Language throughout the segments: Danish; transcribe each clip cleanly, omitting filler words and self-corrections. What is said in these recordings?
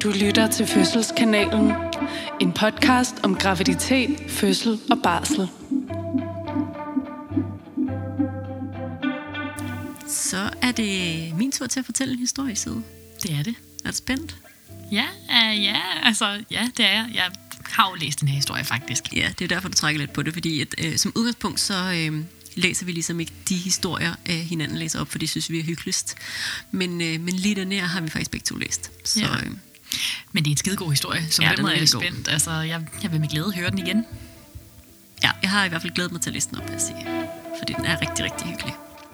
Du lytter til Fødselskanalen, en podcast om graviditet, fødsel og barsel. Så er det min tur til at fortælle en historie, Side. Det er det. Er du spændt? Ja, det er jeg. Jeg har jo læst den her historie, faktisk. Ja, det er derfor, du trækker lidt på det, fordi at, som udgangspunkt, så læser vi ligesom ikke de historier, hinanden læser op, for det synes vi er hyggeligst. Men lige den her har vi faktisk begge to læst. Så, ja. Men det er en skidegod historie, så på den måde er jeg spændt. Altså, jeg vil med glæde høre den igen. Ja, jeg har i hvert fald glædet mig til at læse den op, vil jeg sige. Fordi den er rigtig, rigtig hyggelig.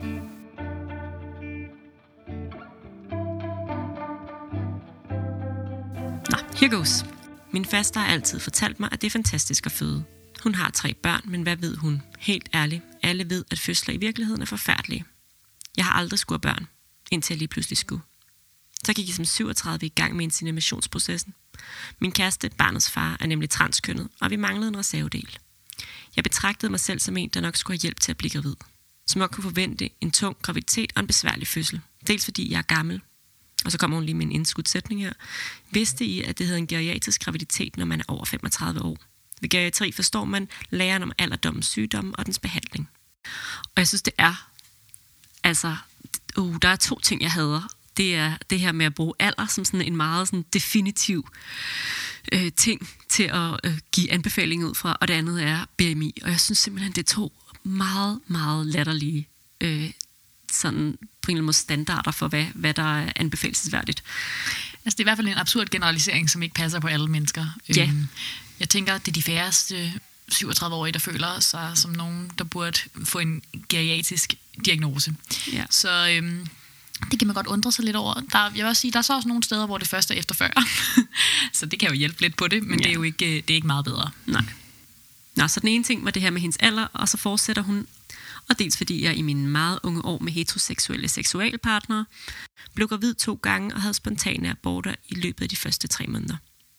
Here goes. Min faster har altid fortalt mig, at det er fantastisk at føde. Hun har 3 børn, men hvad ved hun? Helt ærligt, alle ved, at fødsler i virkeligheden er forfærdelige. Jeg har aldrig skulle have børn, indtil jeg lige pludselig skulle. Så gik jeg som 37 i gang med inseminationsprocessen. Min kæreste, barnets far, er nemlig transkønnet, og vi manglede en reservedel. Jeg betragtede mig selv som en, der nok skulle have hjælp til at blive gravid. Som nok kunne forvente en tung graviditet og en besværlig fødsel. Dels fordi jeg er gammel, og så kommer hun lige med en indskudsætning her. Vidste I, at det hedder en geriatrisk graviditet, når man er over 35 år? Ved geriatri forstår man læren om alderdommens sygdomme og dens behandling. Og jeg synes, det er... Altså, der er 2 ting, jeg hader. Det er det her med at bruge alder som sådan en meget sådan definitiv ting til at give anbefaling ud fra, og det andet er BMI. Og jeg synes simpelthen, det er 2 meget, meget latterlige sådan på en eller anden måde standarder for, hvad der er anbefalelsesværdigt. Altså, det er i hvert fald en absurd generalisering, som ikke passer på alle mennesker. Ja. Jeg tænker, det er de færreste 37-årige, der føler sig som nogen, der burde få en geriatrisk diagnose. Ja. Så det kan man godt undre sig lidt over. Jeg vil også sige, der er så også nogle steder, hvor det først er efter 40. Så det kan jo hjælpe lidt på det, men det er jo ikke meget bedre. Nej. Nå, så den ene ting var det her med hendes alder, og så fortsætter hun. Og dels fordi jeg i mine meget unge år med heteroseksuelle seksualpartnere blev gravid 2 gange og havde spontane aborter i løbet af de første 3 måneder.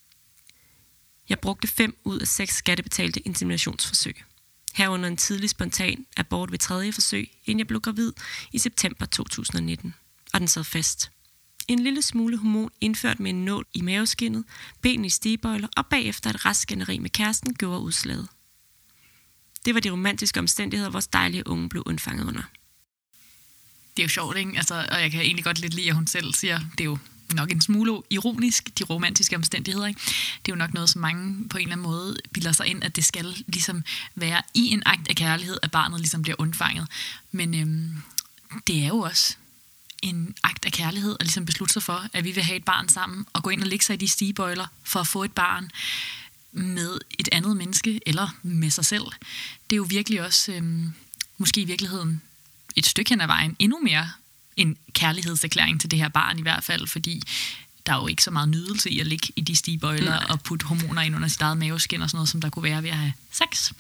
Jeg brugte 5 ud af 6 skattebetalte inseminationsforsøg. Herunder en tidlig spontan abort ved 3. forsøg, inden jeg blev gravid i september 2019. Og den sad fast. En lille smule hormon indført med en nål i maveskindet, ben i stigebøjler og bagefter et restskænderi med kæresten gjorde udslaget. Det var de romantiske omstændigheder, vores dejlige unge blev undfanget under. Det er jo sjovt, ikke? Altså, og jeg kan egentlig godt lidt lide, at hun selv siger, det er jo nok en smule ironisk, de romantiske omstændigheder, ikke? Det er jo nok noget, som mange på en eller anden måde bilder sig ind, at det skal ligesom være i en akt af kærlighed, at barnet ligesom bliver undfanget. Men det er jo også en akt af kærlighed at ligesom beslutte sig for, at vi vil have et barn sammen, og gå ind og lægge sig i de stigebøjler for at få et barn med et andet menneske, eller med sig selv. Det er jo virkelig også, måske i virkeligheden, et stykke hen ad vejen, endnu mere en kærlighedserklæring til det her barn i hvert fald, fordi der er jo ikke så meget nydelse i at ligge i de stigebøjler og putte hormoner ind under sit eget maveskin og sådan noget, som der kunne være ved at have sex.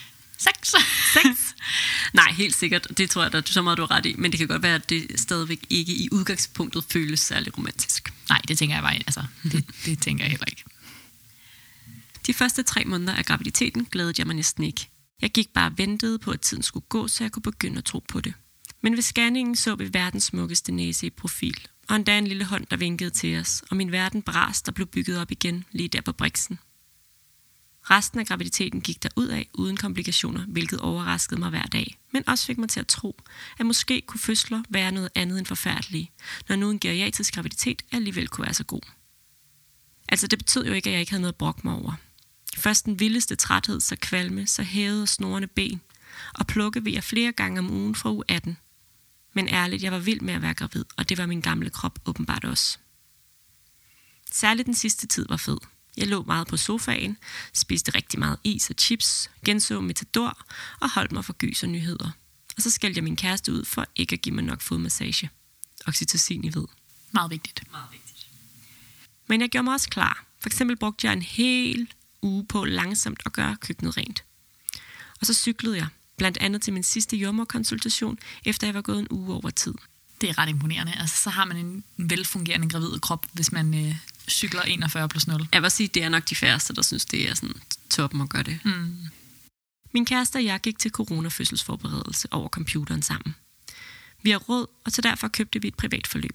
Nej, helt sikkert. Det tror jeg, der er så meget, du har ret i. Men det kan godt være, at det stadigvæk ikke i udgangspunktet føles særlig romantisk. Nej, det tænker jeg bare, altså, det tænker jeg heller ikke. De første 3 måneder af graviditeten glædede jeg mig næsten ikke. Jeg gik bare og ventede på, at tiden skulle gå, så jeg kunne begynde at tro på det. Men ved scanningen så vi verdens smukkeste næse i profil, og endda en lille hånd, der vinkede til os, og min verden brast og blev bygget op igen lige der på briksen. Resten af graviditeten gik der ud af uden komplikationer, hvilket overraskede mig hver dag, men også fik mig til at tro, at måske kunne fødsler være noget andet end forfærdelige, når nu en geriatrisk graviditet alligevel kunne være så god. Altså det betød jo ikke, at jeg ikke havde noget at brokke mig over. Først den vildeste træthed, så kvalme, så hævede og snorende ben, og plukke ved jeg flere gange om ugen fra uge 18. Men ærligt, jeg var vild med at være gravid, og det var min gamle krop åbenbart også. Særligt den sidste tid var fed. Jeg lå meget på sofaen, spiste rigtig meget is og chips, genså Matador og holdt mig for gys og nyheder. Og så skældte jeg min kæreste ud for ikke at give mig nok fodmassage. Oxytocin, I ved. Meget vigtigt. Men jeg gjorde mig også klar. For eksempel brugte jeg en hel uge på langsomt at gøre køkkenet rent. Og så cyklede jeg, blandt andet til min sidste jordemoderkonsultation, efter jeg var gået en uge over tid. Det er ret imponerende. Altså, så har man en velfungerende gravid krop, hvis man cykler 41+0. Jeg vil sige, det er nok de færreste, der synes, det er sådan toppen at gøre det. Min kæreste og jeg gik til coronafødselsforberedelse over computeren sammen. Vi har råd, og så derfor købte vi et privat forløb.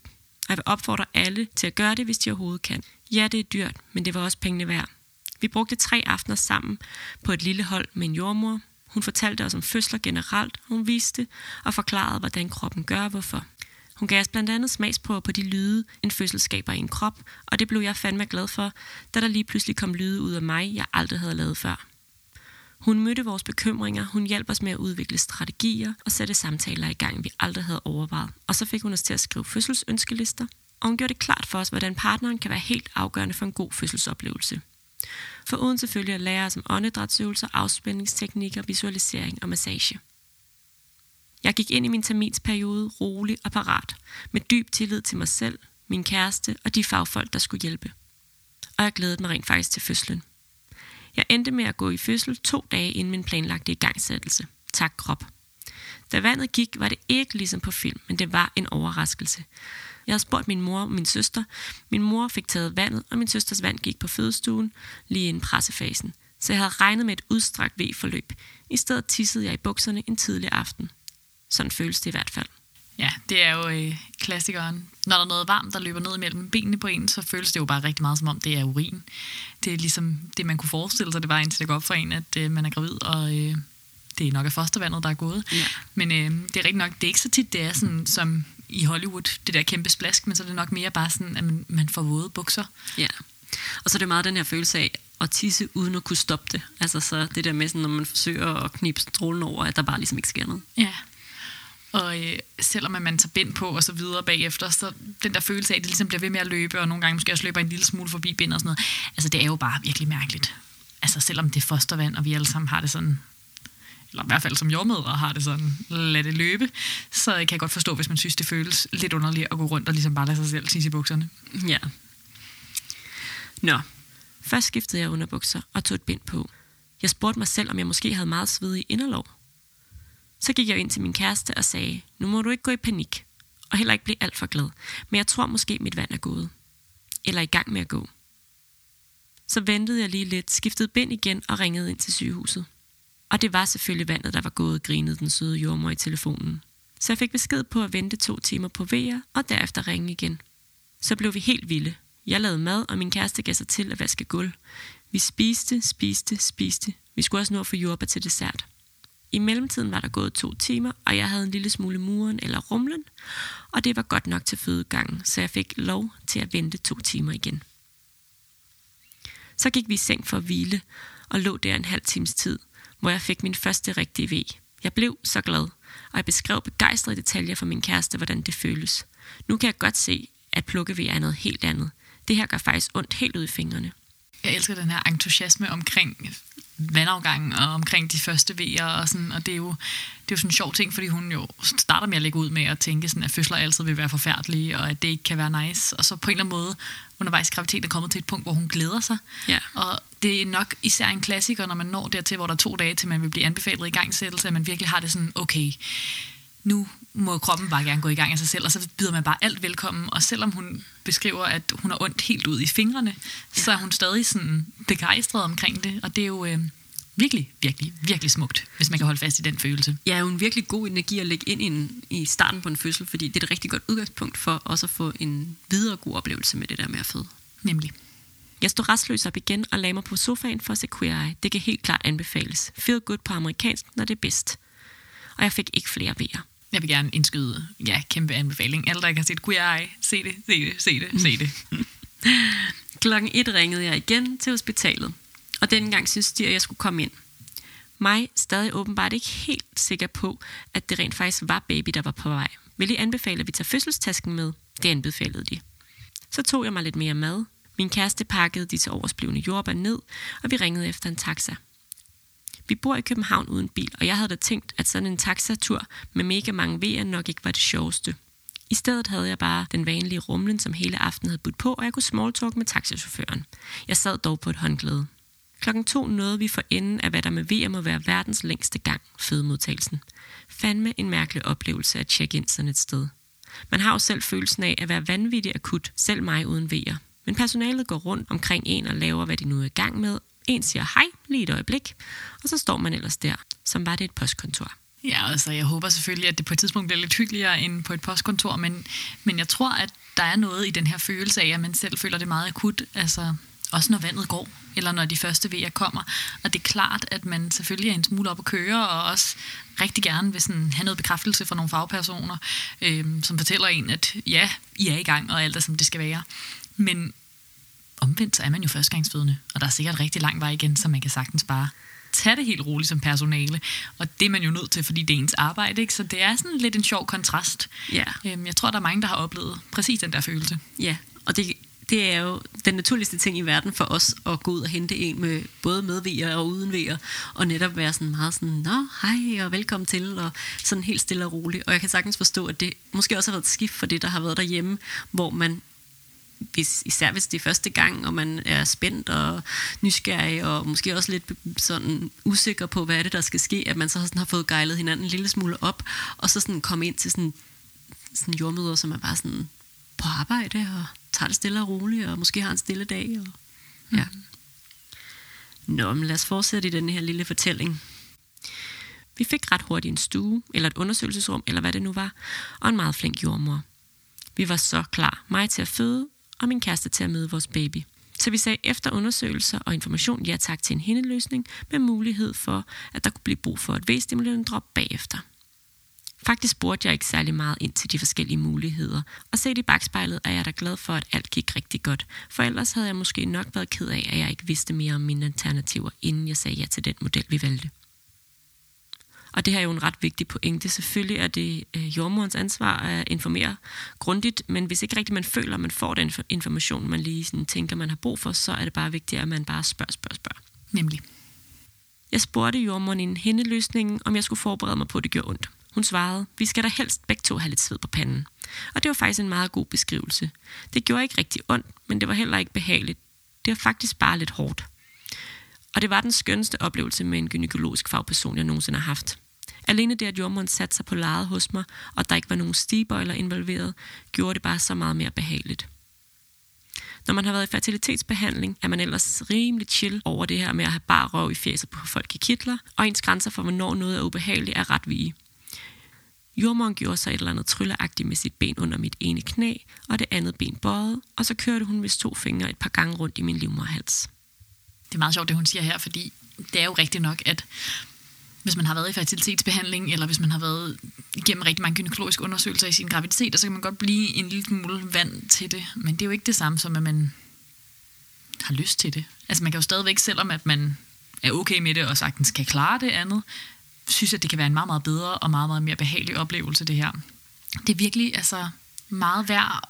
Og jeg vil opfordre alle til at gøre det, hvis de overhovedet kan. Ja, det er dyrt, men det var også pengene værd. Vi brugte 3 aftener sammen på et lille hold med en jordmor. Hun fortalte os om fødsler generelt, hun viste og forklarede, hvordan kroppen gør og hvorfor. Hun gav os blandt andet smagsprøver på de lyde, en fødsel skaber i en krop, og det blev jeg fandme glad for, da der lige pludselig kom lyde ud af mig, jeg aldrig havde lavet før. Hun mødte vores bekymringer, hun hjalp os med at udvikle strategier og sætte samtaler i gang, vi aldrig havde overvejet. Og så fik hun os til at skrive fødselsønskelister, og hun gjorde det klart for os, hvordan partneren kan være helt afgørende for en god fødselsoplevelse. For uden selvfølgelig at lære os om åndedrætsøvelser, afspændingsteknikker, visualisering og massage. Jeg gik ind i min terminsperiode rolig og parat, med dyb tillid til mig selv, min kæreste og de fagfolk, der skulle hjælpe. Og jeg glædede mig rent faktisk til fødslen. Jeg endte med at gå i fødsel 2 dage inden min planlagte igangsættelse. Tak krop. Da vandet gik, var det ikke ligesom på film, men det var en overraskelse. Jeg havde spurgt min mor og min søster. Min mor fik taget vandet, og min søsters vand gik på fødestuen lige inden pressefasen. Så jeg havde regnet med et udstrakt V-forløb. I stedet tissede jeg i bukserne en tidlig aften. Sådan føles det i hvert fald. Ja, det er jo klassikeren. Når der er noget varmt, der løber ned mellem benene på en, så føles det jo bare rigtig meget som om, det er urin. Det er ligesom det, man kunne forestille sig, det var indtil det går op for en, at man er gravid, og det er nok af fostervandet, der er gået. Ja. Men det er rigtig nok, det er ikke så tit, det er sådan som i Hollywood, det der kæmpe splask, men så er det nok mere bare sådan, at man får våde bukser. Ja, og så er det meget den her følelse af at tisse uden at kunne stoppe det. Altså så det der med, sådan, når man forsøger at knibe strålen over, at der bare ligesom ikke sker noget. Ja. Og selvom man tager bind på og så videre bagefter, så den der følelse af, at det ligesom bliver ved med at løbe, og nogle gange måske også løber en lille smule forbi bind og sådan noget, altså det er jo bare virkelig mærkeligt. Altså selvom det er fostervand, og vi alle sammen har det sådan, eller i hvert fald som jordmødre har det sådan, lad det løbe, så kan jeg godt forstå, hvis man synes, det føles lidt underligt at gå rundt og ligesom bare lade sig selv tisse i bukserne. Ja. Nå, først skiftede jeg underbukser og tog et bind på. Jeg spurgte mig selv, om jeg måske havde meget svedig inderlov. Så gik jeg ind til min kæreste og sagde, nu må du ikke gå i panik, og heller ikke blive alt for glad, men jeg tror måske, mit vand er gået. Eller i gang med at gå. Så ventede jeg lige lidt, skiftede bind igen og ringede ind til sygehuset. Og det var selvfølgelig vandet, der var gået, grinede den søde jordmor i telefonen. Så jeg fik besked på at vente 2 timer på vejer, og derefter ringe igen. Så blev vi helt vilde. Jeg lavede mad, og min kæreste gav sig til at vaske gulv. Vi spiste. Vi skulle også nå at få jordbær til dessert. I mellemtiden var der gået 2 timer, og jeg havde en lille smule muren eller rumlen, og det var godt nok til fødegangen, så jeg fik lov til at vente 2 timer igen. Så gik vi i seng for at hvile, og lå der en halv times tid, hvor jeg fik min første rigtige V. Jeg blev så glad, og jeg beskrev begejstret i detaljer for min kæreste, hvordan det føles. Nu kan jeg godt se, at plukke V er noget helt andet. Det her gør faktisk ondt helt ud i fingrene. Jeg elsker den her entusiasme omkring vandafgangen og omkring de første V'er og sådan, og det er jo sådan en sjov ting, fordi hun jo starter med at lægge ud med at tænke sådan, at fødsler altid vil være forfærdelige, og at det ikke kan være nice, og så på en eller anden måde undervejs graviditeten er kommet til et punkt, hvor hun glæder sig. Ja. Og det er nok især en klassiker, når man når dertil, hvor der er 2 dage til man vil blive anbefalet i gangsættelse, at man virkelig har det sådan, okay, nu må kroppen bare gerne gå i gang af sig selv, og så byder man bare alt velkommen, og selvom hun beskriver, at hun har ondt helt ud i fingrene, så er hun stadig sådan begejstret omkring det, og det er jo virkelig smukt, hvis man kan holde fast i den følelse. Ja, jo en virkelig god energi at lægge ind i starten på en fødsel, fordi det er et rigtig godt udgangspunkt for også at få en videre god oplevelse med det der med at føde. Nemlig. Jeg stod restløs op igen og lagde mig på sofaen for at se Queer Eye. Det kan helt klart anbefales. Feel good på amerikansk, når det er bedst. Og jeg fik ikke flere V'er. Jeg vil gerne indskyde, kæmpe anbefaling. Alle, der ikke har set Queer Eye, se det. Klokken 1 ringede jeg igen til hospitalet. Og denne gang synes de, at jeg skulle komme ind. Mig stadig åbenbart ikke helt sikker på, at det rent faktisk var baby, der var på vej. Vil I anbefale, at vi tager fødselstasken med? Det anbefalede de. Så tog jeg mig lidt mere mad. Min kæreste pakkede de til oversblivende jordbær ned, og vi ringede efter en taxa. Vi bor i København uden bil, og jeg havde da tænkt, at sådan en taxatur med mega mange V'er nok ikke var det sjoveste. I stedet havde jeg bare den vanlige rumlen, som hele aftenen havde budt på, og jeg kunne smalltalk med taxichaufføren. Jeg sad dog på et håndklæde. 2:00 nåede vi for enden af, hvad der med V'er må være verdens længste gang, fødemodtagelsen. Fandme en mærkelig oplevelse at tjekke ind sådan et sted. Man har jo selv følelsen af at være vanvittig akut, selv mig uden V'er. Men personalet går rundt omkring en og laver, hvad de nu er i gang med. En siger hej, lige et øjeblik, og så står man ellers der, som var det et postkontor. Ja, altså jeg håber selvfølgelig, at det på et tidspunkt bliver lidt hyggeligere end på et postkontor, men jeg tror, at der er noget i den her følelse af, at man selv føler det meget akut, altså også når vandet går, eller når de første vejer kommer. Og det er klart, at man selvfølgelig er en smule op at køre, og også rigtig gerne vil sådan have noget bekræftelse fra nogle fagpersoner, som fortæller en, at ja, I er i gang, og alt er, som det skal være. Men omvendt, så er man jo førstegangsfødende, og der er sikkert rigtig lang vej igen, så man kan sagtens bare tage det helt roligt som personale. Og det er man jo nødt til, fordi det er ens arbejde, ikke? Så det er sådan lidt en sjov kontrast. Ja. Jeg tror, der er mange, der har oplevet præcis den der følelse. Ja, og det er jo den naturligste ting i verden for os at gå ud og hente en med både medvejer og uden vejer, og netop være sådan meget sådan, nå, hej og velkommen til, og sådan helt stille og roligt. Og jeg kan sagtens forstå, at det måske også har været et skift for det, der har været derhjemme, hvor man, især hvis det er første gang, og man er spændt og nysgerrig, og måske også lidt sådan usikker på, hvad er det, der skal ske, at man så sådan har fået gejlet hinanden en lille smule op, og så sådan komme ind til sådan jordmøder, som er bare sådan på arbejde, og tager det stille og roligt, og måske har en stille dag. Og, ja. Nå, men lad os fortsætte i den her lille fortælling. Vi fik ret hurtigt en stue, eller et undersøgelsesrum, eller hvad det nu var, og en meget flink jordmor. Vi var så klar, mig til at føde, og min kæreste til at møde vores baby. Så vi sagde efter undersøgelser og information ja tak til en hindeløsning, med mulighed for, at der kunne blive brug for et V-stimulerende drop bagefter. Faktisk spurgte jeg ikke særlig meget ind til de forskellige muligheder, og set i bagspejlet er jeg da glad for, at alt gik rigtig godt, for ellers havde jeg måske nok været ked af, at jeg ikke vidste mere om mine alternativer, inden jeg sagde ja til den model, vi valgte. Og det her er jo en ret vigtig pointe. Selvfølgelig er det jordmorens ansvar at informere grundigt, men hvis ikke rigtigt man føler, at man får den information, man lige sådan tænker, man har brug for, så er det bare vigtigt, at man bare spørger. Nemlig. Jeg spurgte jordmoren i en hindeløsning, om jeg skulle forberede mig på, at det gjorde ondt. Hun svarede, vi skal da helst begge to have lidt sved på panden. Og det var faktisk en meget god beskrivelse. Det gjorde ikke rigtig ondt, men det var heller ikke behageligt. Det var faktisk bare lidt hårdt. Og det var den skønneste oplevelse med en gynækologisk fagperson, jeg nogensinde har haft. Alene det, at jordmoren satte sig på lejet hos mig, og der ikke var nogen stigbøjler involveret, gjorde det bare så meget mere behageligt. Når man har været i fertilitetsbehandling, er man ellers rimelig chill over det her med at have bare røv i fjeset på folk i kitler, og ens grænser for, hvornår noget er ubehageligt, er ret vige. Jordmoren gjorde så et eller andet trylleagtigt med sit ben under mit ene knæ, og det andet ben bøjet, og så kørte hun med 2 fingre et par gange rundt i min livmoderhals. Det er meget sjovt, det hun siger her, fordi det er jo rigtigt nok, at hvis man har været i fertilitetsbehandling, eller hvis man har været igennem rigtig mange gynækologiske undersøgelser i sin graviditet, så kan man godt blive en lille smule vant til det. Men det er jo ikke det samme som, at man har lyst til det. Altså man kan jo stadigvæk, selvom at man er okay med det, og sagtens kan klare det andet, synes at det kan være en meget, meget bedre og meget, meget mere behagelig oplevelse, det her. Det er virkelig altså meget værd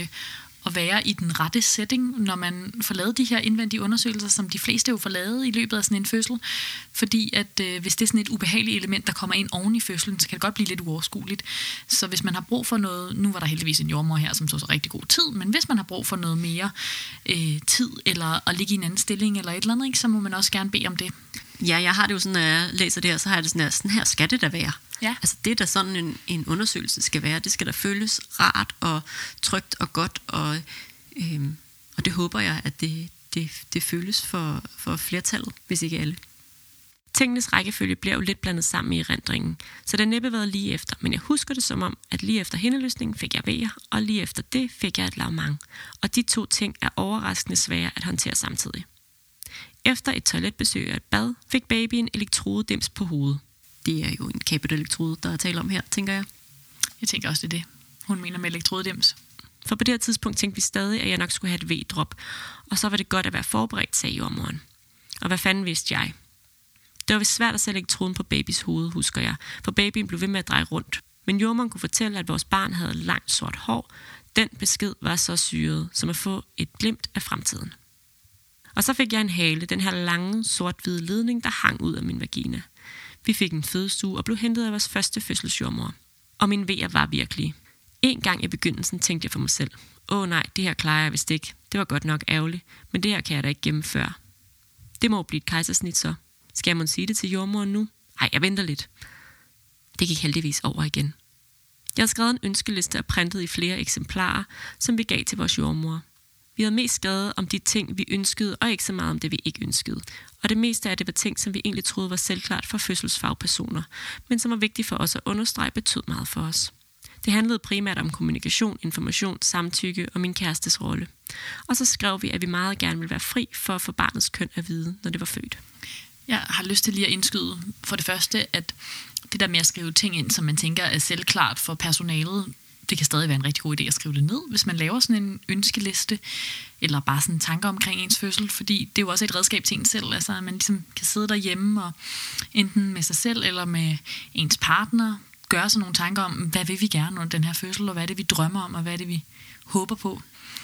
at være i den rette setting, når man får lavet de her indvendige undersøgelser, som de fleste jo får lavet i løbet af sådan en fødsel. Fordi at hvis det er sådan et ubehageligt element, der kommer ind oven i fødslen, så kan det godt blive lidt uoverskueligt. Så hvis man har brug for noget, nu var der heldigvis en jordmor her, som tog så rigtig god tid, men hvis man har brug for noget mere tid, eller at ligge i en anden stilling, eller et eller andet, ikke, så må man også gerne bede om det. Ja, jeg har det jo sådan, når jeg læser det her, så har jeg det sådan her skal det da være. Ja. Altså det, der sådan en undersøgelse skal være, det skal da føles rart og trygt og godt, og det håber jeg, at det føles for flertallet, hvis ikke alle. Tingenes rækkefølge bliver jo lidt blandet sammen i erindringen, så det har næppe været lige efter, men jeg husker det som om, at lige efter hindeløsningen fik jeg vejer, og lige efter det fik jeg et lavmang. Og de 2 ting er overraskende svære at håndtere samtidig. Efter et toiletbesøg og et bad, fik babyen elektrodedims på hovedet. Det er jo en capet-elektrode, der er tale om her, tænker jeg. Jeg tænker også, det er det, hun mener med elektrodedims. For på det her tidspunkt tænkte vi stadig, at jeg nok skulle have et V-drop, og så var det godt at være forberedt, sagde jordmoren. Og hvad fanden vidste jeg? Det var vist svært at sætte elektroden på babys hoved, husker jeg, for babyen blev ved med at dreje rundt. Men jordmoren kunne fortælle, at vores barn havde langt sort hår. Den besked var så syret, som at få et glimt af fremtiden. Og så fik jeg en hale, den her lange, sort-hvide ledning, der hang ud af min vagina. Vi fik en fødestue og blev hentet af vores første fødselsjordmor. Og mine vejer var virkelige. En gang i begyndelsen tænkte jeg for mig selv, nej, det her klarer jeg vist ikke. Det var godt nok ærgerligt, men det her kan jeg da ikke gennemføre. Det må blive et kejsersnit så. Skal jeg sige det til jordmoren nu? Ej, jeg venter lidt. Det gik heldigvis over igen. Jeg havde skrevet en ønskeliste og printet i flere eksemplarer, som vi gav til vores jordmor. Vi havde mest skrevet om de ting, vi ønskede, og ikke så meget om det, vi ikke ønskede. Og det meste af det var ting, som vi egentlig troede var selvklart for fødselsfagpersoner, men som var vigtigt for os at understrege, betød meget for os. Det handlede primært om kommunikation, information, samtykke og min kærestes rolle. Og så skrev vi, at vi meget gerne ville være fri for at få barnets køn at vide, når det var født. Jeg har lyst til lige at indskyde for det første, at det der med at skrive ting ind, som man tænker er selvklart for personalet, det kan stadig være en rigtig god idé at skrive det ned, hvis man laver sådan en ønskeliste, eller bare sådan tanker omkring ens fødsel, fordi det er jo også et redskab til en selv, altså at man ligesom kan sidde derhjemme og enten med sig selv eller med ens partner, gøre sådan nogle tanker om, hvad vil vi gerne under den her fødsel, og hvad er det, vi drømmer om, og hvad er det, vi håber på.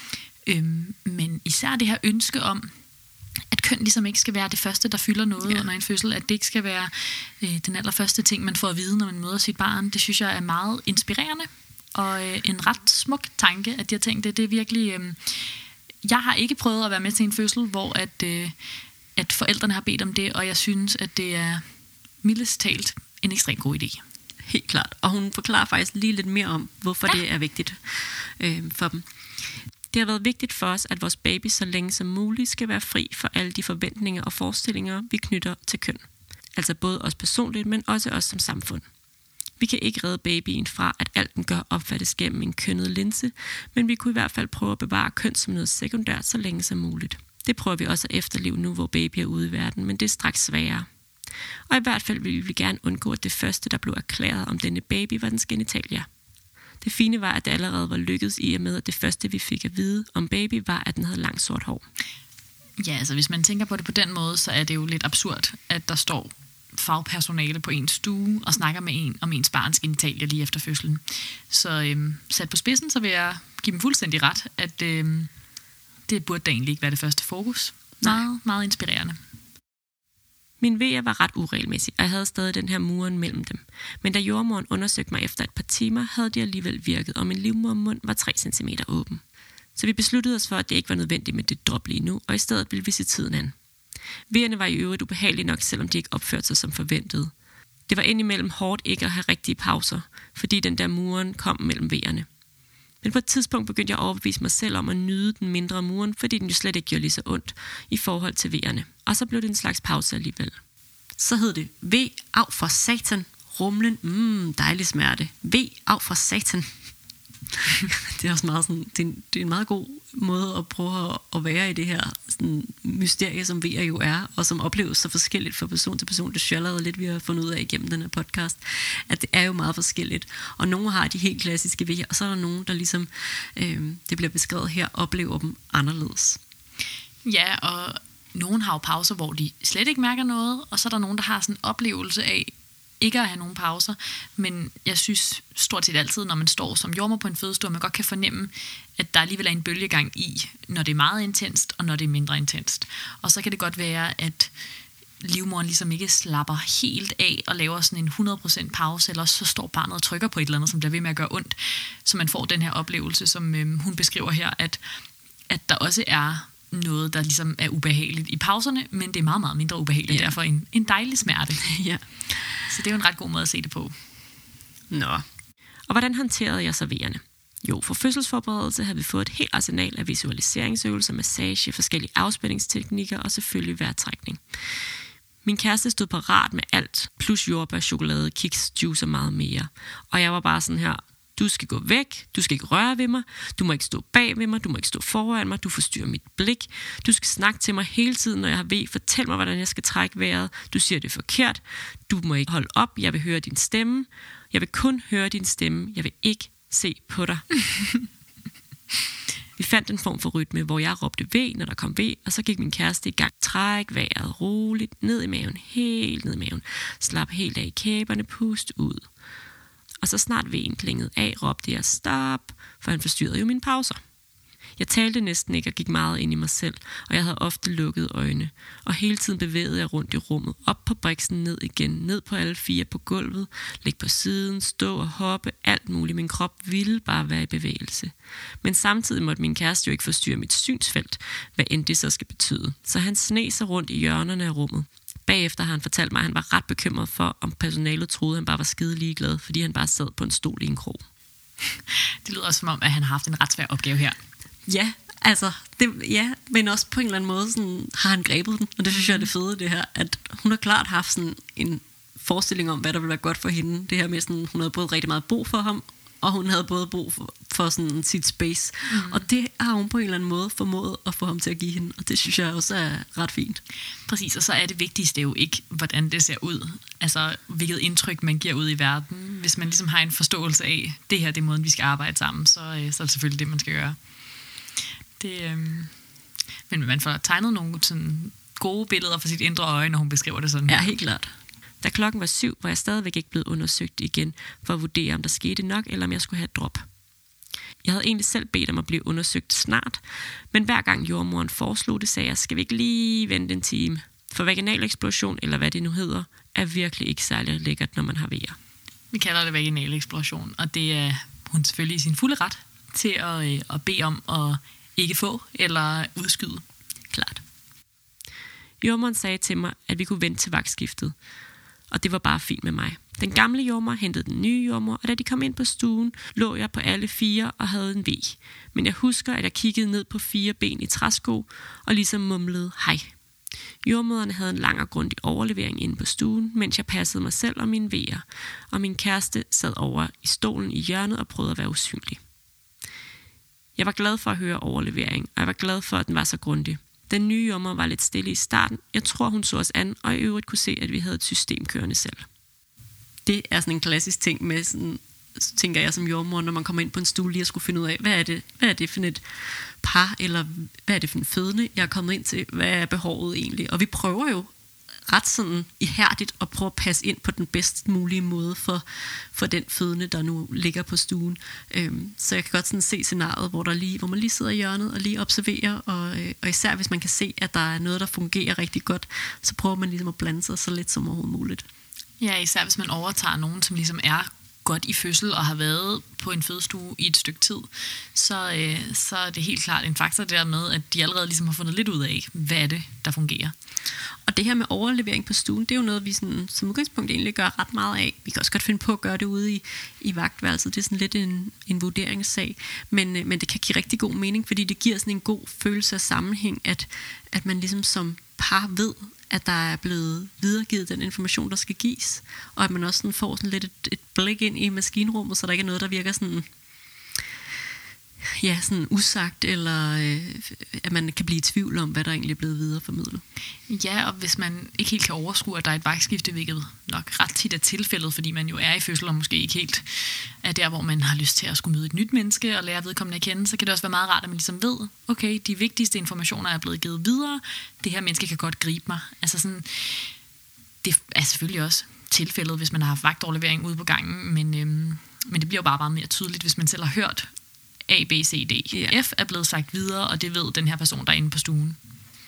Men især det her ønske om, at køn ligesom ikke skal være det første, der fylder noget under en fødsel, at det ikke skal være den allerførste ting, man får at vide, når man møder sit barn, det synes jeg er meget inspirerende, og en ret smuk tanke, at jeg tænkte, det er virkelig... Jeg har ikke prøvet at være med til en fødsel, hvor at forældrene har bedt om det, og jeg synes, at det er mildest talt en ekstremt god idé. Helt klart. Og hun forklarer faktisk lige lidt mere om, hvorfor det er vigtigt for dem. Det har været vigtigt for os, at vores baby så længe som muligt skal være fri for alle de forventninger og forestillinger, vi knytter til køn. Altså både os personligt, men også os som samfund. Vi kan ikke redde babyen fra, at alt den gør opfattes gennem en kønnet linse, men vi kunne i hvert fald prøve at bevare køn som noget sekundært så længe som muligt. Det prøver vi også at efterleve nu, hvor baby er ude i verden, men det er straks sværere. Og i hvert fald ville vi gerne undgå, at det første, der blev erklæret om denne baby, var dens genitalia. Det fine var, at det allerede var lykkedes i og med, at det første, vi fik at vide om baby, var, at den havde langt sort hår. Ja, altså hvis man tænker på det på den måde, så er det jo lidt absurd, at der står fagpersonale på ens stue og snakker med en om ens barns genitalia lige efter fødslen. Så sat på spidsen, så vil jeg give dem fuldstændig ret, at det burde da egentlig ikke være det første fokus. Meget, meget inspirerende. Min vejer var ret uregelmæssig, og jeg havde stadig den her muren mellem dem. Men da jordmoren undersøgte mig efter et par timer, havde det alligevel virket, og min livmodermund var 3 cm åben. Så vi besluttede os for, at det ikke var nødvendigt med det drop lige nu, og i stedet ville vi se tiden an. Vejerne var i øvrigt ubehagelige nok, selvom de ikke opførte sig som forventet. Det var indimellem hårdt ikke at have rigtige pauser, fordi den der muren kom mellem vejerne. Men på et tidspunkt begyndte jeg at overbevise mig selv om at nyde den mindre muren, fordi den jo slet ikke gjorde lige så ondt i forhold til vejerne. Og så blev det en slags pause alligevel. Så hed det, V, af for satan, rumlen, dejlig smerte. V, af for satan. Det er også meget sådan, det er en meget god måde at prøve at være i det her sådan, mysterie, som VR jo er, og som opleves så forskelligt fra person til person. Det er allerede lidt, vi har fundet ud af igennem den her podcast, at det er jo meget forskelligt. Og nogle har de helt klassiske VR, og så er der nogen, der ligesom, det bliver beskrevet her, oplever dem anderledes. Ja, og nogen har jo pauser, hvor de slet ikke mærker noget, og så er der nogen, der har sådan en oplevelse af, ikke at have nogen pauser, men jeg synes stort set altid, når man står som jordemoder på en fødestue, man godt kan fornemme, at der alligevel er en bølgegang i, når det er meget intenst, og når det er mindre intenst. Og så kan det godt være, at livmoderen ligesom ikke slapper helt af og laver sådan en 100% pause, eller så står barnet og trykker på et eller andet, som bliver ved med at gøre ondt, så man får den her oplevelse, som hun beskriver her, at der også er noget, der ligesom er ubehageligt i pauserne, men det er meget, meget mindre ubehageligt, derfor en dejlig smerte. Ja. Så det er jo en ret god måde at se det på. Nå. Og hvordan håndterede jeg serverende? Jo, for fødselsforberedelse havde vi fået et helt arsenal af visualiseringsøvelser, massage, forskellige afspændingsteknikker og selvfølgelig vejrtrækning. Min kæreste stod parat med alt, plus jordbær, chokolade, kiks, juice og meget mere. Og jeg var bare sådan her, du skal gå væk, du skal ikke røre ved mig, du må ikke stå bag ved mig, du må ikke stå foran mig, du forstyrrer mit blik, du skal snakke til mig hele tiden, når jeg har ved, fortæl mig, hvordan jeg skal trække vejret, du siger det forkert, du må ikke holde op, jeg vil høre din stemme, jeg vil kun høre din stemme, jeg vil ikke se på dig. Vi fandt en form for rytme, hvor jeg råbte ved, når der kom ved, og så gik min kæreste i gang. Træk vejret roligt, ned i maven, helt ned i maven, slap helt af i kæberne, pust ud. Og så snart vejen klingede af, råbte jeg stop, for han forstyrrede jo mine pauser. Jeg talte næsten ikke og gik meget ind i mig selv, og jeg havde ofte lukkede øjne. Og hele tiden bevægede jeg rundt i rummet, op på briksen, ned igen, ned på alle 4 på gulvet, ligge på siden, stå og hoppe, alt muligt. Min krop ville bare være i bevægelse. Men samtidig måtte min kæreste jo ikke forstyrre mit synsfelt, hvad end det så skal betyde. Så han sneg sig rundt i hjørnerne af rummet. Bagefter har han fortalt mig, at han var ret bekymret for, om personalet troede, at han bare var skide ligeglad, fordi han bare sad på en stol i en krog. Det lyder også som om, at han har haft en ret svær opgave her. Ja, altså, men også på en eller anden måde sådan, har han grebet den, og det synes jeg er det fede, det her, at hun har klart haft sådan en forestilling om, hvad der vil være godt for hende. Det her med sådan, hun havde både rigtig meget brug for ham, og hun havde både brug for sådan sit space. Og det har hun på en eller anden måde formået at få ham til at give hende, og det synes jeg også er ret fint. Præcis, og så er det vigtigste jo ikke, hvordan det ser ud. Altså, hvilket indtryk man giver ud i verden. Hvis man ligesom har en forståelse af, det her det er måden, vi skal arbejde sammen, så er det selvfølgelig det, man skal gøre. Men man får tegnet nogle sådan gode billeder for sit indre øje, når hun beskriver det sådan. Ja, helt klart. Da klokken var 7, var jeg stadigvæk ikke blevet undersøgt igen, for at vurdere, om der skete nok, eller om jeg skulle have et drop. Jeg havde egentlig selv bedt om at blive undersøgt snart, men hver gang jordmoren foreslog det, sagde jeg, skal vi ikke lige vente en time? For vaginal eksplosion, eller hvad det nu hedder, er virkelig ikke særlig lækkert, når man har vejer. Vi kalder det vaginal eksplosion, og det er hun selvfølgelig i sin fulde ret til at bede om at ikke få eller udskyde. Klart. Jordmoren sagde til mig, at vi kunne vente til vagtskiftet, og det var bare fint med mig. Den gamle jordmor hentede den nye jordmor, og da de kom ind på stuen, lå jeg på alle 4 og havde en V. Men jeg husker, at jeg kiggede ned på 4 ben i træsko og ligesom mumlede hej. Jordmøderne havde en lang og grundig overlevering inde på stuen, mens jeg passede mig selv og mine V'er, og min kæreste sad over i stolen i hjørnet og prøvede at være usynlig. Jeg var glad for at høre overlevering, og jeg var glad for, at den var så grundig. Den nye jordmor var lidt stille i starten. Jeg tror, hun så os an, og i øvrigt kunne se, at vi havde et system kørende selv. Det er sådan en klassisk ting med sådan, tænker jeg som jordmor, når man kommer ind på en stue lige og skulle finde ud af, hvad er det for et par, eller hvad er det for en fødende, jeg er kommet ind til, hvad er behovet egentlig? Og vi prøver jo ret sådan ihærdigt at prøve at passe ind på den bedst mulige måde for den fødende, der nu ligger på stuen. Så jeg kan godt sådan se scenariet, hvor man lige sidder i hjørnet og lige observerer, og især hvis man kan se, at der er noget, der fungerer rigtig godt, så prøver man ligesom at blande sig så lidt som overhovedet muligt. Ja, især hvis man overtager nogen, som ligesom er godt i fødsel og har været på en fødestue i et stykke tid, så er det helt klart en faktor der med, at de allerede ligesom har fundet lidt ud af, hvad er det, der fungerer. Og det her med overlevering på stuen, det er jo noget, vi sådan, som udgangspunkt egentlig gør ret meget af. Vi kan også godt finde på at gøre det ude i vagtværelset. Det er sådan lidt en vurderingssag. Men det kan give rigtig god mening, fordi det giver sådan en god følelse af sammenhæng, at man ligesom som par ved, at der er blevet videregivet den information, der skal gives. Og at man også sådan får sådan lidt et blik ind i maskinrummet, så der ikke er noget, der virker sådan usagt, eller at man kan blive i tvivl om, hvad der egentlig er blevet videreformidlet. Ja, og hvis man ikke helt kan overskue, at der er et vagtskifte, hvilket nok ret tit er tilfældet, fordi man jo er i fødsel, og måske ikke helt er der, hvor man har lyst til at skulle møde et nyt menneske og lære vedkommende at kende, så kan det også være meget rart, at man ligesom ved, okay, de vigtigste informationer er blevet givet videre, det her menneske kan godt gribe mig. Altså sådan, det er selvfølgelig også tilfældet, hvis man har haft vagtoverlevering ude på gangen, men det bliver jo bare meget mere tydeligt, hvis man selv har hørt A, B, C, D. Yeah. F er blevet sagt videre, og det ved den her person, der er inde på stuen.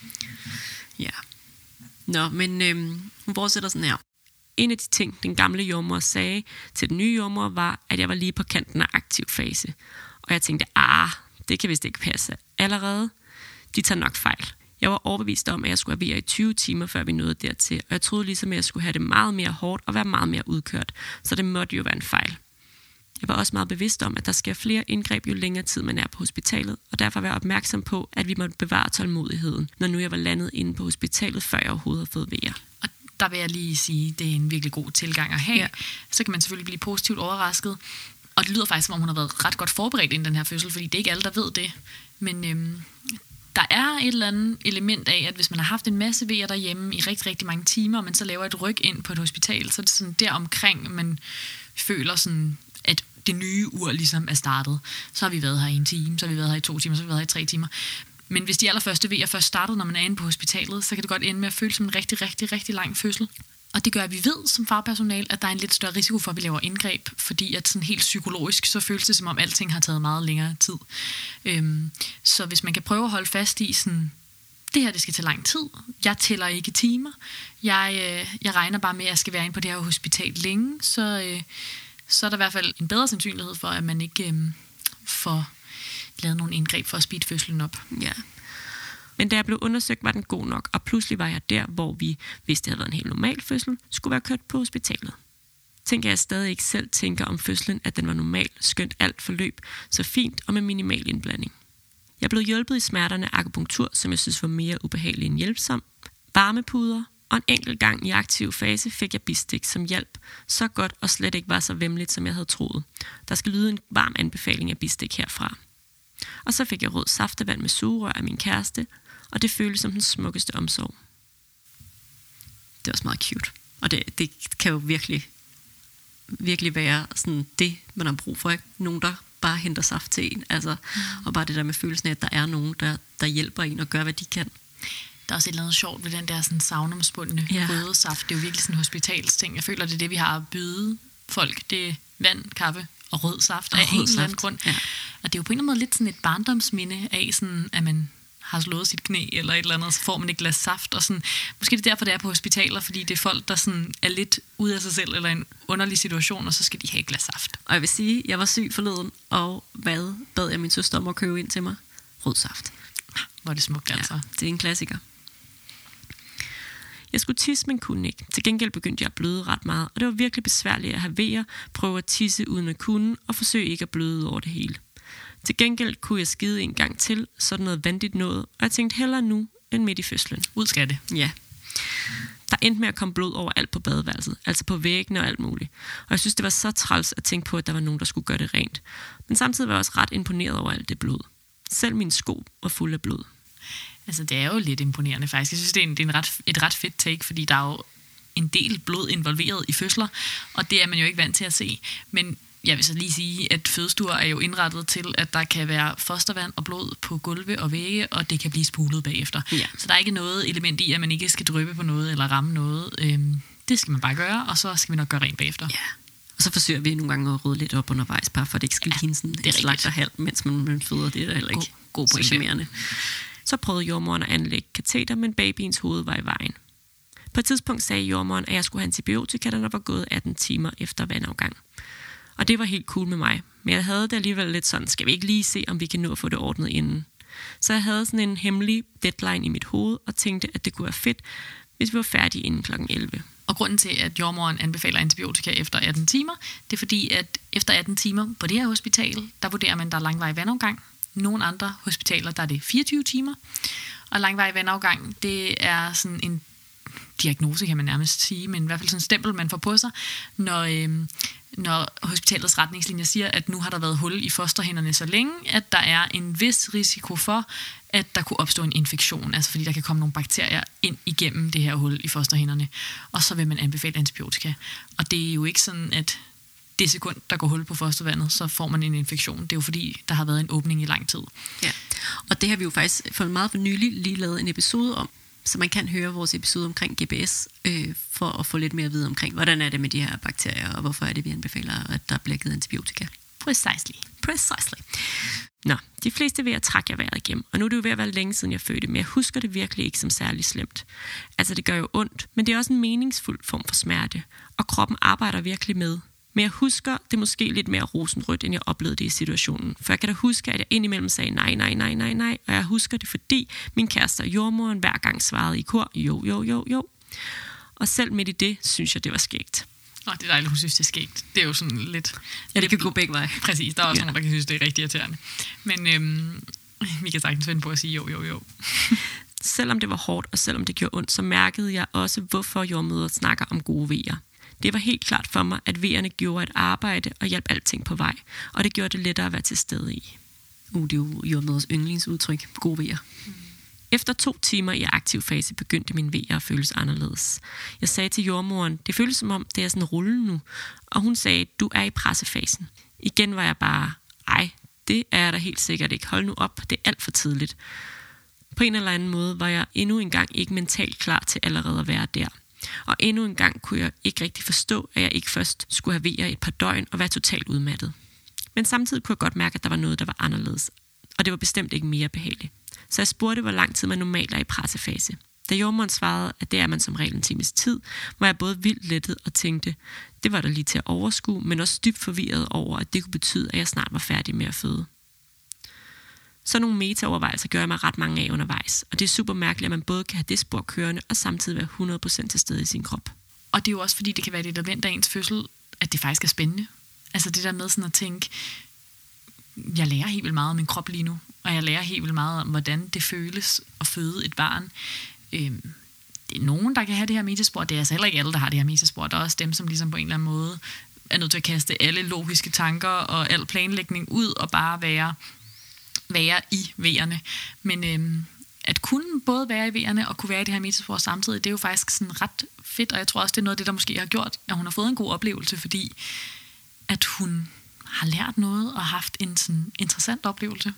Ja. Nå, men hun fortsætter sådan her. En af de ting, den gamle jordmor sagde til den nye jordmor, var, at jeg var lige på kanten af aktiv fase. Og jeg tænkte, det kan vist ikke passe. Allerede, de tager nok fejl. Jeg var overbevist om, at jeg skulle have været i 20 timer, før vi nåede dertil. Og jeg troede ligesom, at jeg skulle have det meget mere hårdt og være meget mere udkørt. Så det måtte jo være en fejl. Jeg var også meget bevidst om, at der sker flere indgreb, jo længere tid man er på hospitalet, og derfor var jeg opmærksom på, at vi måtte bevare tålmodigheden, når nu jeg var landet inde på hospitalet, før jeg overhovedet havde fået vejer. Og der vil jeg lige sige, at det er en virkelig god tilgang at have. Ja. Så kan man selvfølgelig blive positivt overrasket. Og det lyder faktisk, som om hun har været ret godt forberedt inden den her fødsel, fordi det er ikke alle, der ved det. Men der er et eller andet element af, at hvis man har haft en masse vejer derhjemme i rigtig, rigtig mange timer, og man så laver et ryk ind på et hospital, så er det sådan deromkring, man føler sådan, at det nye ur ligesom er startet. Så har vi været her i 1 time, så har vi været her i 2 timer, så har vi været her i 3 timer. Men hvis de allerførste vejer først startede, når man er inde på hospitalet, så kan det godt ende med at føles som en rigtig, rigtig, rigtig lang fødsel. Og det gør, at vi ved som fagpersonale, at der er en lidt større risiko for, at vi laver indgreb, fordi at sådan helt psykologisk, så føles det som om alting har taget meget længere tid. Så hvis man kan prøve at holde fast i sådan, det her, det skal tage lang tid. Jeg tæller ikke timer. Jeg regner bare med, at jeg skal være inde på det her hospital længe, så er der i hvert fald en bedre sandsynlighed for, at man ikke får lavet nogle indgreb for at speede fødslen op. Ja. Men da jeg blev undersøgt, var den god nok, og pludselig var jeg der, hvor vi, hvis det havde været en helt normal fødsel, skulle være kørt på hospitalet. Tænker jeg stadig ikke selv tænker om fødslen, at den var normal, skønt alt forløb, så fint og med minimal indblanding. Jeg blev hjulpet i smerterne af akupunktur, som jeg synes var mere ubehagelig end hjælpsom, varmepuder, Og en enkelt gang i aktiv fase fik jeg bistik som hjælp. Så godt og slet ikke var så væmmeligt, som jeg havde troet. Der skal lyde en varm anbefaling af bistik herfra. Og så fik jeg rød saftevand med sugerør af min kæreste, og det føltes som den smukkeste omsorg. Det er også meget cute. Og det kan jo virkelig være sådan det, man har brug for. Ikke? Nogen, der bare henter saft til en. Altså, og bare det der med følelsen af, at der er nogen, der hjælper en og gør, hvad de kan. Der er også et eller andet sjovt ved den der sådan savnomspundne røde saft. Det er jo virkelig sådan en hospitalsting. Jeg føler, det er det, vi har at byde folk. Det er vand, kaffe og rød saft af en eller anden grund. Ja. Og det er jo på en eller anden måde lidt sådan et barndomsminde af, sådan, at man har slået sit knæ eller et eller andet, så får man et glas saft. Og sådan, måske det er derfor, det er på hospitaler, fordi det er folk, der sådan er lidt ude af sig selv eller en underlig situation, og så skal de have et glas saft. Og jeg vil sige, jeg var syg forleden, og bad jeg min søster om at købe ind til mig? Rød saft. Hvor er det smukt, altså. Ja, det er en klassiker. Jeg skulle tisse, men kunne ikke. Til gengæld begyndte jeg at bløde ret meget, og det var virkelig besværligt at have vejer, prøve at tisse uden at kunne, og forsøge ikke at bløde over det hele. Til gengæld kunne jeg skide en gang til, sådan noget vandigt noget, og jeg tænkte hellere nu end midt i fødslen. Ud skal det. Ja. Der endte med at komme blod over alt på badeværelset, altså på væggene og alt muligt. Og jeg synes, det var så træls at tænke på, at der var nogen, der skulle gøre det rent. Men samtidig var jeg også ret imponeret over alt det blod. Selv mine sko var fulde af blod. Altså, det er jo lidt imponerende faktisk. Jeg synes, det er et ret fedt take, fordi der er jo en del blod involveret i fødsler, og det er man jo ikke vant til at se. Men jeg vil så lige sige, at fødestuer er jo indrettet til, at der kan være fostervand og blod på gulve og vægge, og det kan blive spulet bagefter. Ja. Så der er ikke noget element i, at man ikke skal dryppe på noget eller ramme noget. Det skal man bare gøre, og så skal vi nok gøre rent bagefter. Ja. Og så forsøger vi nogle gange at rydde lidt op undervejs, bare for at det ikke skal ligne sådan en slagterhal, mens man føder. Det er heller ikke god så charmerende. Så prøvede jordmoren at anlægge kateter, men babyens hoved var i vejen. På et tidspunkt sagde jordmoren, at jeg skulle have antibiotika, da der var gået 18 timer efter vandafgang. Og det var helt cool med mig. Men jeg havde det alligevel lidt sådan, skal vi ikke lige se, om vi kan nå at få det ordnet inden. Så jeg havde sådan en hemmelig deadline i mit hoved, og tænkte, at det kunne være fedt, hvis vi var færdige inden kl. 11. Og grunden til, at jordmoren anbefaler antibiotika efter 18 timer, det er fordi, at efter 18 timer på det her hospital, der vurderer man, at der er langvarig vandafgang. Nogle andre hospitaler, der er det 24 timer. Og langvarig vandafgang, det er sådan en diagnose, kan man nærmest sige, men i hvert fald sådan en stempel, man får på sig, når hospitalets retningslinjer siger, at nu har der været hul i fosterhænderne så længe, at der er en vis risiko for, at der kunne opstå en infektion, altså fordi der kan komme nogle bakterier ind igennem det her hul i fosterhænderne, og så vil man anbefale antibiotika. Og det er jo ikke sådan, at det sekund, der går hul på fostervandet, så får man en infektion. Det er jo fordi, der har været en åbning i lang tid. Ja, og det har vi jo faktisk for nylig lige lavet en episode om, så man kan høre vores episode omkring GBS, for at få lidt mere at vide omkring, hvordan er det med de her bakterier, og hvorfor er det, vi anbefaler, at der bliver givet antibiotika. Precisely. Nå, de fleste vil jeg trække jeg vejret igennem, og nu er det jo ved at være længe siden jeg fødte, men jeg husker det virkelig ikke som særlig slemt. Altså det gør jo ondt, men det er også en meningsfuld form for smerte, og kroppen arbejder virkelig med. Men jeg husker det måske lidt mere rosenrødt, end jeg oplevede det i situationen. For jeg kan da huske, at jeg indimellem sagde nej, og jeg husker det, fordi min kæreste og jordmoren hver gang svarede i kor, jo. Og selv midt i det, synes jeg, det var skægt. Det er dejligt, hun synes, det er skægt. Det er jo sådan lidt... Ja, det kan gå begge veje. Præcis, der er også nogen, der kan synes, det er rigtig irriterende. Men vi kan sagtens finde på at sige jo. Selvom det var hårdt, og selvom det gjorde ondt, så mærkede jeg også, hvorfor jordmødre snakker om gode vejer. Det var helt klart for mig, at vejerne gjorde et arbejde og hjalp alting på vej, og det gjorde det lettere at være til stede i. Det er jo jordmødres yndlingsudtryk, gode vejer. Efter 2 timer i aktiv fase begyndte min vejer at føles anderledes. Jeg sagde til jordmoren, det føles som om, det er sådan rulle nu, og hun sagde, du er i pressefasen. Igen var jeg bare, det er jeg da helt sikkert ikke. Hold nu op, det er alt for tidligt. På en eller anden måde var jeg endnu engang ikke mentalt klar til allerede at være der. Og endnu en gang kunne jeg ikke rigtig forstå, at jeg ikke først skulle have vejer et par døgn og være totalt udmattet. Men samtidig kunne jeg godt mærke, at der var noget, der var anderledes. Og det var bestemt ikke mere behageligt. Så jeg spurgte, hvor lang tid man normalt er i pressefase. Da jordmoren svarede, at det er man som regel en times tid, var jeg både vildt lettet og tænkte, det var der lige til at overskue, men også dybt forvirret over, at det kunne betyde, at jeg snart var færdig med at føde. Så nogle meta-overvejelser gør jeg mig ret mange af undervejs, og det er super mærkeligt, at man både kan have det spor kørende og samtidig være 100% til stede i sin krop. Og det er jo også fordi, det kan være et element af ens fødsel, at det faktisk er spændende. Altså det der med sådan at tænke, jeg lærer helt vildt meget om min krop lige nu, og jeg lærer helt vildt meget om, hvordan det føles at føde et barn. det er nogen, der kan have det her metespor. Det er altså heller ikke alle, der har det her metespor. Der er også dem, som ligesom på en eller anden måde er nødt til at kaste alle logiske tanker og al planlægning ud og bare være i V'erne. Men at kunne både være i V'erne og kunne være i det her metespor samtidig, det er jo faktisk sådan ret fedt, og jeg tror også, det er noget af det, der måske har gjort, at hun har fået en god oplevelse, fordi at hun har lært noget og haft en sådan interessant oplevelse.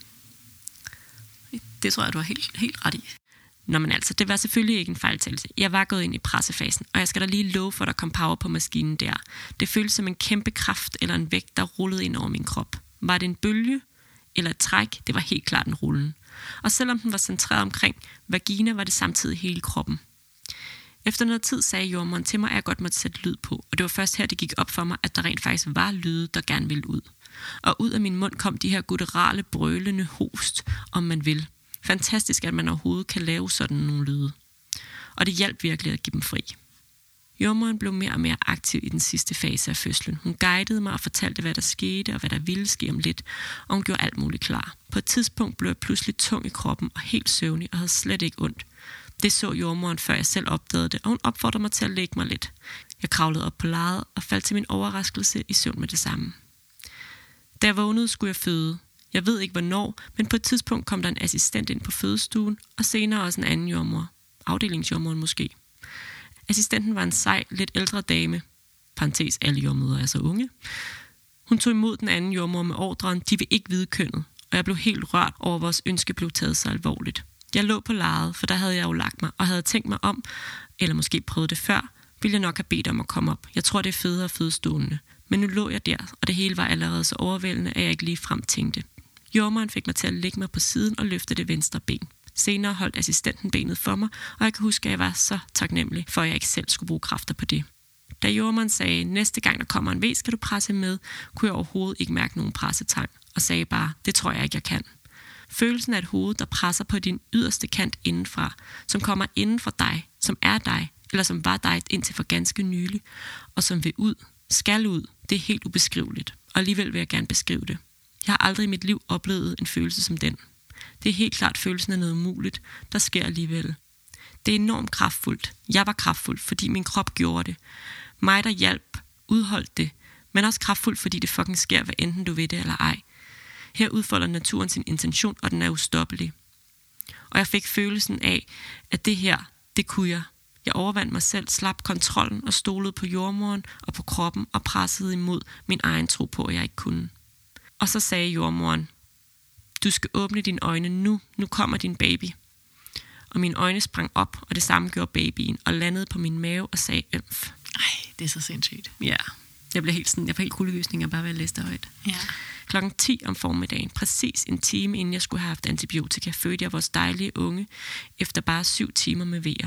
Det tror jeg, du har helt ret i. Nå, men altså, det var selvfølgelig ikke en fejltagelse. Jeg var gået ind i pressefasen, og jeg skal da lige love for, at der kom power på maskinen der. Det føltes som en kæmpe kraft eller en vægt, der rullede ind over min krop. Var det en bølge eller et træk? Det var helt klart en rullen. Og selvom den var centreret omkring vagina, var det samtidig hele kroppen. Efter noget tid sagde jordemoderen til mig, at jeg godt måtte sætte lyd på, og det var først her, det gik op for mig, at der rent faktisk var lyde, der gerne ville ud. Og ud af min mund kom de her gutturale, brølende host, om man vil. Fantastisk, at man overhovedet kan lave sådan nogle lyde. Og det hjalp virkelig at give dem fri. Jordemoderen blev mere og mere aktiv i den sidste fase af fødslen. Hun guidede mig og fortalte, hvad der skete og hvad der ville ske om lidt, og hun gjorde alt muligt klar. På et tidspunkt blev jeg pludselig tung i kroppen og helt søvnig og havde slet ikke ondt. Det så jordemoderen, før jeg selv opdagede det, og hun opfordrede mig til at lægge mig lidt. Jeg kravlede op på lejet og faldt til min overraskelse i søvn med det samme. Da jeg vågnede, skulle jeg føde. Jeg ved ikke hvornår, men på et tidspunkt kom der en assistent ind på fødestuen, og senere også en anden jordemoder. Afdelingsjordemoderen måske. Assistenten var en sej, lidt ældre dame. Parentes, alle jordemødre er så unge. Hun tog imod den anden jordemoder med ordren, de vil ikke vide kønnet, og jeg blev helt rørt over, at vores ønske blev taget så alvorligt. Jeg lå på lejet, for der havde jeg jo lagt mig, og havde tænkt mig om, eller måske prøvet det før, ville jeg nok have bedt om at komme op. Jeg tror, det er federe fødestolene. Men nu lå jeg der, og det hele var allerede så overvældende, at jeg ikke lige frem tænkte. Jordemoderen fik mig til at lægge mig på siden og løfte det venstre ben. Senere holdt assistenten benet for mig, og jeg kan huske, at jeg var så taknemmelig, for at jeg ikke selv skulle bruge kræfter på det. Da jordemoderen sagde, næste gang der kommer en V, skal du presse med, kunne jeg overhovedet ikke mærke nogen pressetang, og sagde bare, det tror jeg ikke, jeg kan. Følelsen af et hoved, der presser på din yderste kant indenfra, som kommer inden for dig, som er dig, eller som var dig indtil for ganske nylig, og som vil ud, skal ud, det er helt ubeskriveligt, og alligevel vil jeg gerne beskrive det. Jeg har aldrig i mit liv oplevet en følelse som den. Det er helt klart følelsen af noget umuligt, der sker alligevel. Det er enormt kraftfuldt. Jeg var kraftfuld, fordi min krop gjorde det. Mig, der hjalp, udholdt det, men også kraftfuldt, fordi det fucking sker, hvad enten du ved det eller ej. Her udfolder naturen sin intention, og den er ustoppelig. Og jeg fik følelsen af, at det her, det kunne jeg. Jeg overvandt mig selv, slap kontrollen og stolede på jordemoderen og på kroppen og pressede imod min egen tro på, at jeg ikke kunne. Og så sagde jordemoderen, du skal åbne dine øjne nu kommer din baby. Og mine øjne sprang op, og det samme gjorde babyen, og landede på min mave og sagde ømf. Ej, det er så sindssygt. Ja, jeg blev helt kuldegysning af bare ved at læse det højt. Ja. Klokken 10 om formiddagen, præcis en time inden jeg skulle have haft antibiotika, fødte jeg vores dejlige unge efter bare 7 timer med vejer.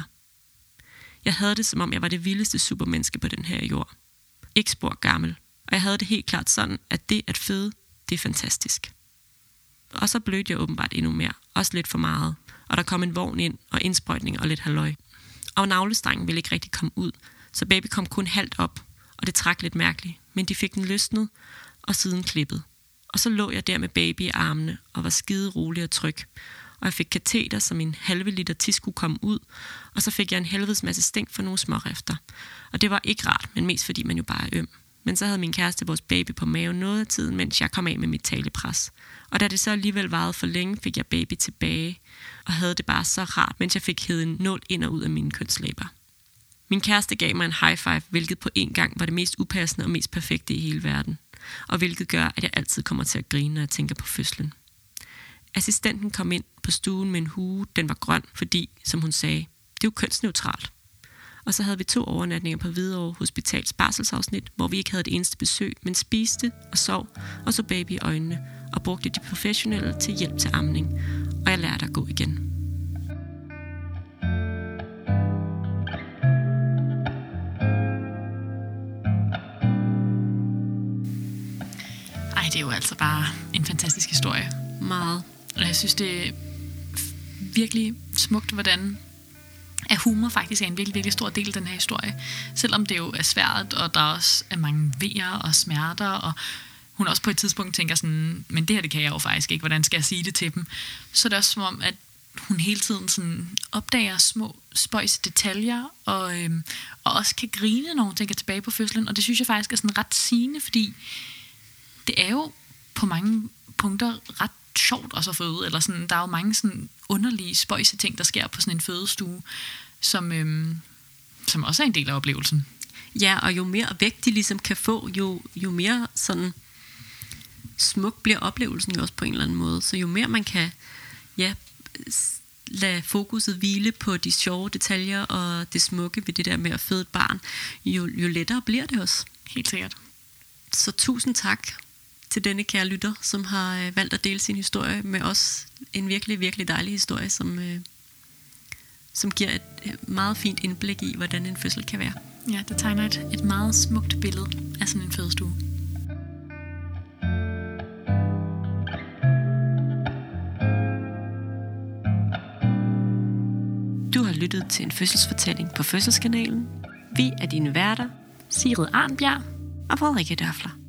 Jeg havde det, som om jeg var det vildeste supermenneske på den her jord. Ikke spor gammel. Og jeg havde det helt klart sådan, at det at føde, det er fantastisk. Og så blødte jeg åbenbart endnu mere. Også lidt for meget. Og der kom en vogn ind, og indsprøjtning og lidt halløj. Og navlestrengen ville ikke rigtig komme ud, så baby kom kun halvt op, og det trak lidt mærkeligt. Men de fik den løsnet, og siden klippet. Og så lå jeg der med baby i armene, og var skide rolig og tryg. Og jeg fik kateter, så min halve liter tis skulle komme ud, og så fik jeg en helvedes masse stænk for nogle smårifter. Og det var ikke rart, men mest fordi man jo bare er øm. Men så havde min kæreste vores baby på maven noget af tiden, mens jeg kom af med mit talepres. Og da det så alligevel varede for længe, fik jeg baby tilbage, og havde det bare så rart, mens jeg fik hævet en nål ind og ud af mine kønslæber. Min kæreste gav mig en high five, hvilket på en gang var det mest upassende og mest perfekte i hele verden. Og hvilket gør, at jeg altid kommer til at grine, når jeg tænker på fødslen. Assistenten kom ind på stuen med en hue, den var grøn, fordi, som hun sagde, det er jo kønsneutralt. Og så havde vi 2 overnatninger på Hvidovre Hospitals barselsafsnit, hvor vi ikke havde et eneste besøg, men spiste og sov og så baby i øjnene og brugte de professionelle til hjælp til amning. Og jeg lærte at gå igen. Ej, det er jo altså bare en fantastisk historie. Meget. Og jeg synes, det er virkelig smukt, hvordan at humor faktisk er en virkelig, virkelig stor del af den her historie. Selvom det jo er svært, og der også er mange vejer og smerter, og hun også på et tidspunkt tænker sådan, men det her, det kan jeg jo faktisk ikke, hvordan skal jeg sige det til dem? Så er det også som om, at hun hele tiden sådan opdager små spøjse detaljer, og også kan grine, når hun tænker tilbage på fødslen. Og det synes jeg faktisk er sådan ret sigende, fordi det er jo på mange punkter ret sjovt også at føde, eller sådan, der er jo mange sådan underlige spøjse ting, der sker på sådan en fødestue, som også er en del af oplevelsen. Ja, og jo mere vægt de ligesom kan få, jo mere sådan smuk bliver oplevelsen jo også på en eller anden måde. Så jo mere man kan lade fokuset hvile på de sjove detaljer og det smukke ved det der med at føde et barn, jo lettere bliver det også. Helt sikkert. Så tusind tak til denne kære lytter, som har valgt at dele sin historie med os. En virkelig, virkelig dejlig historie, som giver et meget fint indblik i, hvordan en fødsel kan være. Ja, det tegner et meget smukt billede af sådan en fødestue. Du har lyttet til en fødselsfortælling på Fødselskanalen. Vi er dine værter, Sigrid Arnbjerg og Frederikke Dørfler.